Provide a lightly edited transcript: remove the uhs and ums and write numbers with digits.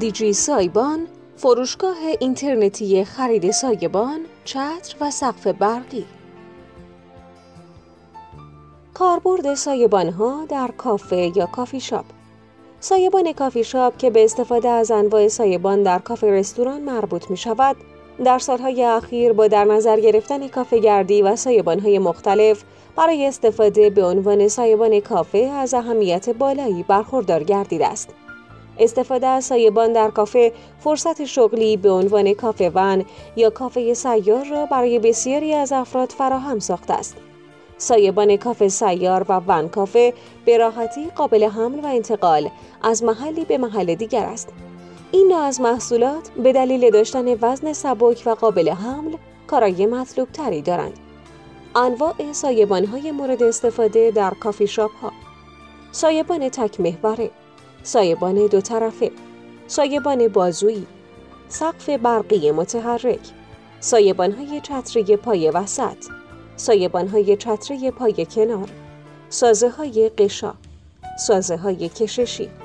دیجی سایبان، فروشگاه اینترنتی خرید سایبان، چتر و سقف برقی. کاربرد سایبان‌ها در کافه یا کافی شاپ. سایبان کافی شاپ که به استفاده از انواع سایبان در کافه رستوران مربوط می شود، در سالهای اخیر با در نظر گرفتن کافه گردی و سایبان‌های مختلف برای استفاده به عنوان سایبان کافه از اهمیت بالایی برخوردار گردیده است. استفاده از سایبان در کافه فرصت شغلی به عنوان کافه ون یا کافه سیار را برای بسیاری از افراد فراهم ساخته است. سایبان کافه سیار و ون کافه به راحتی قابل حمل و انتقال از محلی به محل دیگر است. این نوع از محصولات به دلیل داشتن وزن سبک و قابل حمل کارایی مطلوب تری دارند. انواع سایبان‌های مورد استفاده در کافی شاپ ها: سایبان تک محوره، سایبان دو طرفه، سایبان بازویی، سقف برقی متحرک، سایبان‌های چتری پای وسط، سایبان‌های چتری پای کنار، سازه‌های قشا، سازه‌های کششی.